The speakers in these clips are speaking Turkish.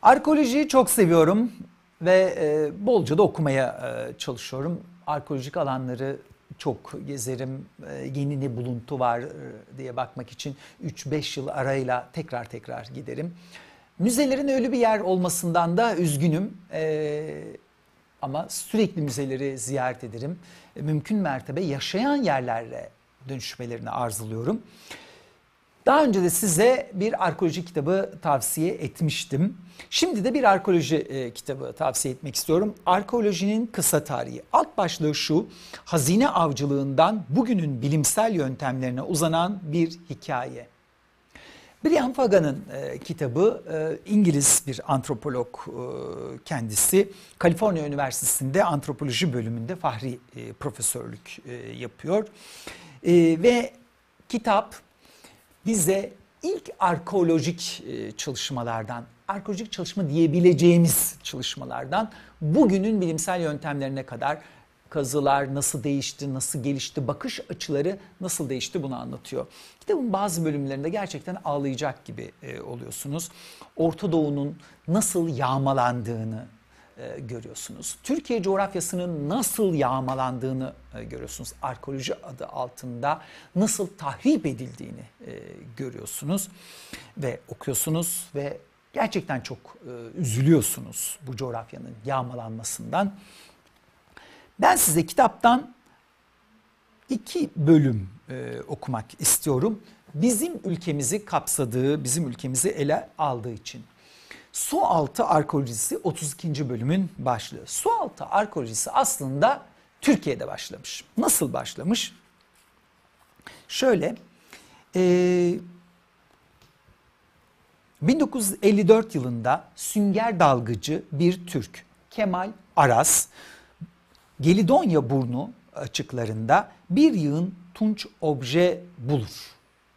Arkeolojiyi çok seviyorum ve bolca da okumaya çalışıyorum. Arkeolojik alanları çok gezerim. Yeni ne buluntu var diye bakmak için 3-5 yıl arayla tekrar giderim. Müzelerin öyle bir yer olmasından da üzgünüm. Ama sürekli müzeleri ziyaret ederim. Mümkün mertebe yaşayan yerlere dönüşmelerini arzuluyorum. Daha önce de size bir arkeoloji kitabı tavsiye etmiştim. Şimdi de bir arkeoloji kitabı tavsiye etmek istiyorum. Arkeolojinin kısa tarihi. Alt başlığı şu: hazine avcılığından bugünün bilimsel yöntemlerine uzanan bir hikaye. Brian Fagan'ın kitabı, İngiliz bir antropolog kendisi. Kaliforniya Üniversitesi'nde antropoloji bölümünde fahri profesörlük yapıyor. Ve kitap bize ilk arkeolojik çalışmalardan, arkeolojik çalışma diyebileceğimiz çalışmalardan bugünün bilimsel yöntemlerine kadar kazılar nasıl değişti, nasıl gelişti, bakış açıları nasıl değişti bunu anlatıyor. Kitabın bazı bölümlerinde gerçekten ağlayacak gibi oluyorsunuz. Orta Doğu'nun nasıl yağmalandığını görüyorsunuz. Türkiye coğrafyasının nasıl yağmalandığını görüyorsunuz. Arkeoloji adı altında nasıl tahrip edildiğini görüyorsunuz ve okuyorsunuz ve gerçekten çok üzülüyorsunuz bu coğrafyanın yağmalanmasından. Ben size kitaptan 2 bölüm okumak istiyorum. Bizim ülkemizi kapsadığı, bizim ülkemizi ele aldığı için. Sualtı arkeolojisi 32. bölümün başlığı. Sualtı arkeolojisi aslında Türkiye'de başlamış. Nasıl başlamış? Şöyle, 1954 yılında sünger dalgıcı bir Türk, Kemal Aras, Gelidonya Burnu açıklarında bir yığın tunç obje bulur.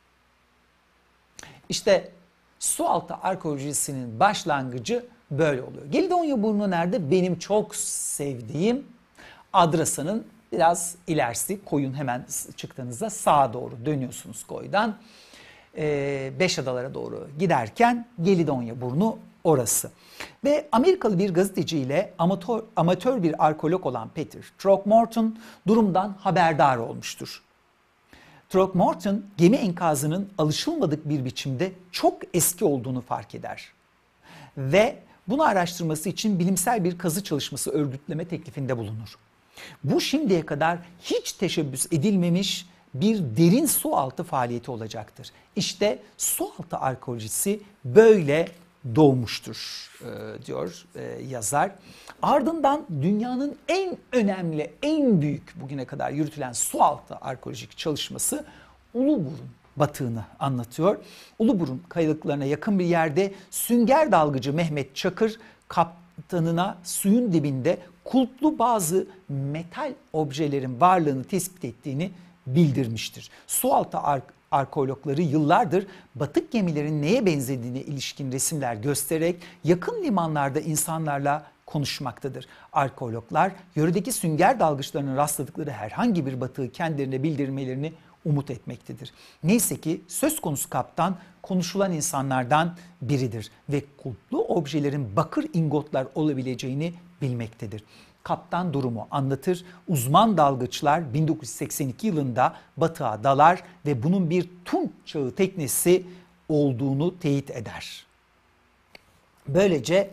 İşte sualtı arkeolojisinin başlangıcı böyle oluyor. Gelidonya Burnu nerede? Benim çok sevdiğim Adrasan'ın biraz ilerisi, koyun hemen çıktığınızda sağa doğru dönüyorsunuz koydan. Beş Adalara doğru giderken Gelidonya Burnu orası. Ve Amerikalı bir gazeteciyle amatör bir arkeolog olan Peter Throckmorton durumdan haberdar olmuştur. Throckmorton gemi enkazının alışılmadık bir biçimde çok eski olduğunu fark eder. Ve bunu araştırması için bilimsel bir kazı çalışması örgütleme teklifinde bulunur. Bu şimdiye kadar hiç teşebbüs edilmemiş bir derin sualtı faaliyeti olacaktır. İşte sualtı arkeolojisi böyle doğmuştur diyor yazar. Ardından dünyanın en önemli, en büyük bugüne kadar yürütülen sualtı arkeolojik çalışması Uluburun batığını anlatıyor. Uluburun kayalıklarına yakın bir yerde sünger dalgıcı Mehmet Çakır kaptanına suyun dibinde kulplu bazı metal objelerin varlığını tespit ettiğini bildirmiştir. Sualtı arkeologları yıllardır batık gemilerin neye benzediğine ilişkin resimler göstererek yakın limanlarda insanlarla konuşmaktadır. Arkeologlar yöredeki sünger dalgıçlarının rastladıkları herhangi bir batığı kendilerine bildirmelerini umut etmektedir. Neyse ki söz konusu kaptan konuşulan insanlardan biridir ve kulplu objelerin bakır ingotlar olabileceğini bilmektedir. Kaptan durumu anlatır. Uzman dalgıçlar 1982 yılında batığa dalar ve bunun bir Tunç çağı teknesi olduğunu teyit eder. Böylece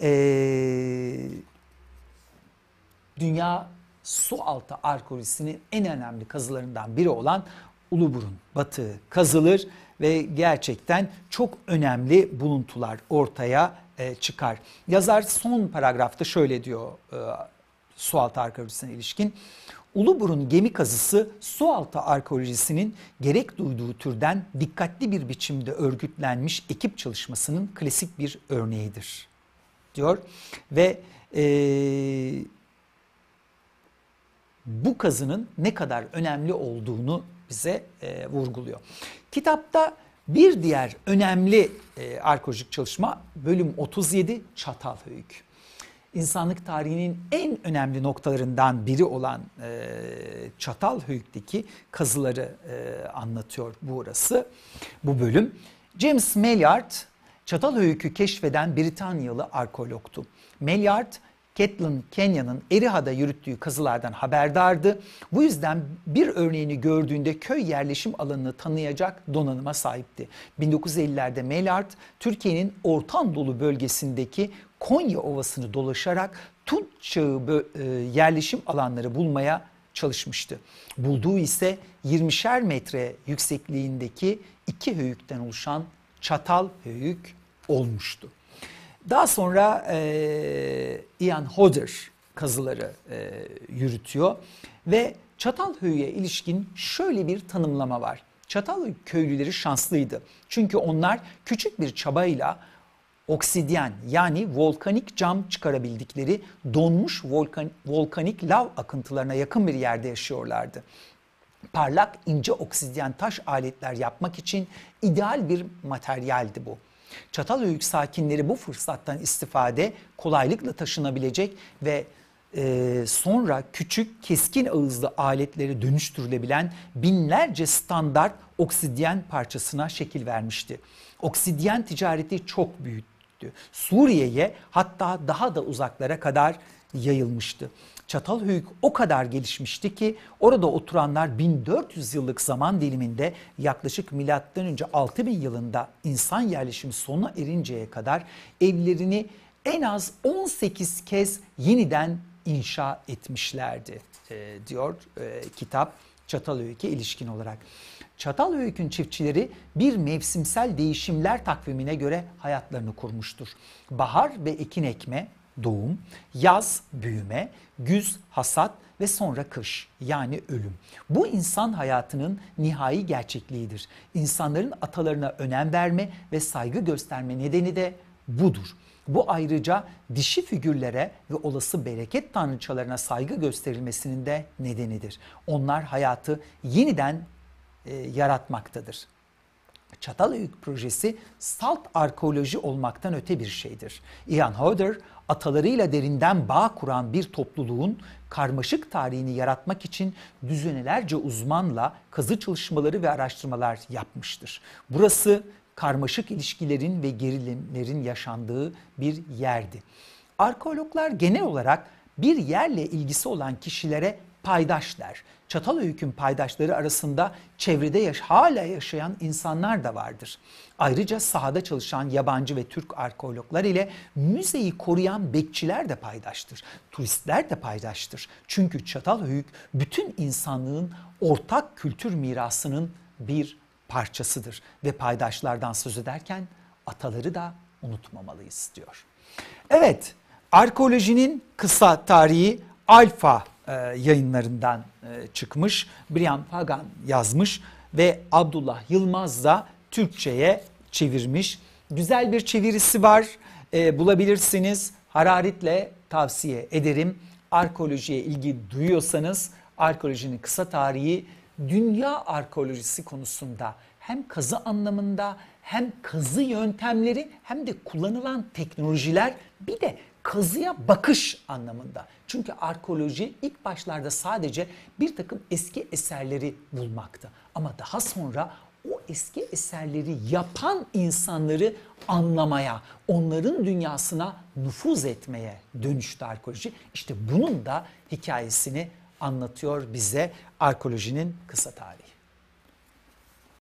dünya sualtı arkeolojisinin en önemli kazılarından biri olan Uluburun batığı kazılır ve gerçekten çok önemli buluntular ortaya çıkar. Yazar son paragrafta şöyle diyor sualtı arkeolojisine ilişkin: Uluburun gemi kazısı sualtı arkeolojisinin gerek duyduğu türden dikkatli bir biçimde örgütlenmiş ekip çalışmasının klasik bir örneğidir diyor ve bu kazının ne kadar önemli olduğunu bize vurguluyor. Kitapta bir diğer önemli arkeolojik çalışma bölüm 37 Çatalhöyük. İnsanlık tarihinin en önemli noktalarından biri olan Çatalhöyük'teki kazıları anlatıyor bu bölüm. James Maillard Çatalhöyük'ü keşfeden Britanyalı arkeologtu. Maillard, Catlin Canyon'ın Eriha'da yürüttüğü kazılardan haberdardı. Bu yüzden bir örneğini gördüğünde köy yerleşim alanını tanıyacak donanıma sahipti. 1950'lerde Maillard, Türkiye'nin Orta Anadolu bölgesindeki Konya Ovası'nı dolaşarak Tunç Çağı yerleşim alanları bulmaya çalışmıştı. Bulduğu ise 20'şer metre yüksekliğindeki 2 höyükten oluşan Çatalhöyük olmuştu. Daha sonra Ian Hodder kazıları yürütüyor ve Çatalhöyük'e ilişkin şöyle bir tanımlama var. Çatalhöyük köylüleri şanslıydı. Çünkü onlar küçük bir çabayla obsidyen yani volkanik cam çıkarabildikleri donmuş volkanik lav akıntılarına yakın bir yerde yaşıyorlardı. Parlak ince obsidyen taş aletler yapmak için ideal bir materyaldi bu. Çatalhöyük sakinleri bu fırsattan istifade kolaylıkla taşınabilecek ve sonra küçük keskin ağızlı aletleri dönüştürülebilen binlerce standart obsidyen parçasına şekil vermişti. Obsidyen ticareti çok büyüktü. Suriye'ye hatta daha da uzaklara kadar yayılmıştı. Çatalhöyük o kadar gelişmişti ki orada oturanlar 1400 yıllık zaman diliminde yaklaşık M.Ö. 6000 yılında insan yerleşimi sona erinceye kadar evlerini en az 18 kez yeniden inşa etmişlerdi diyor kitap Çatalhöyük'e ilişkin olarak. Çatalhöyük'ün çiftçileri bir mevsimsel değişimler takvimine göre hayatlarını kurmuştur. Bahar ve ekin ekme, doğum, yaz büyüme, güz hasat ve sonra kış yani ölüm. Bu insan hayatının nihai gerçekliğidir. İnsanların atalarına önem verme ve saygı gösterme nedeni de budur. Bu ayrıca dişi figürlere ve olası bereket tanrıçalarına saygı gösterilmesinin de nedenidir. Onlar hayatı yeniden yaratmaktadır. Çatalhöyük projesi salt arkeoloji olmaktan öte bir şeydir. Ian Hodder, atalarıyla derinden bağ kuran bir topluluğun karmaşık tarihini yaratmak için düzinelerce uzmanla kazı çalışmaları ve araştırmalar yapmıştır. Burası karmaşık ilişkilerin ve gerilimlerin yaşandığı bir yerdi. Arkeologlar genel olarak bir yerle ilgisi olan kişilere paydaş der. Çatalhöyük'ün paydaşları arasında çevrede hala yaşayan insanlar da vardır. Ayrıca sahada çalışan yabancı ve Türk arkeologlar ile müzeyi koruyan bekçiler de paydaştır. Turistler de paydaştır. Çünkü Çatalhöyük bütün insanlığın ortak kültür mirasının bir parçasıdır. Ve paydaşlardan söz ederken ataları da unutmamalıyız diyor. Evet, arkeolojinin kısa tarihi Alfa yayınlarından çıkmış. Brian Fagan yazmış ve Abdullah Yılmaz da Türkçe'ye çevirmiş. Güzel bir çevirisi var. Bulabilirsiniz. Hararetle tavsiye ederim. Arkeolojiye ilgi duyuyorsanız arkeolojinin kısa tarihi dünya arkeolojisi konusunda hem kazı anlamında hem kazı yöntemleri hem de kullanılan teknolojiler bir de kazıya bakış anlamında. Çünkü arkeoloji ilk başlarda sadece bir takım eski eserleri bulmaktı. Ama daha sonra o eski eserleri yapan insanları anlamaya, onların dünyasına nüfuz etmeye dönüştü arkeoloji. İşte bunun da hikayesini anlatıyor bize arkeolojinin kısa tarihi.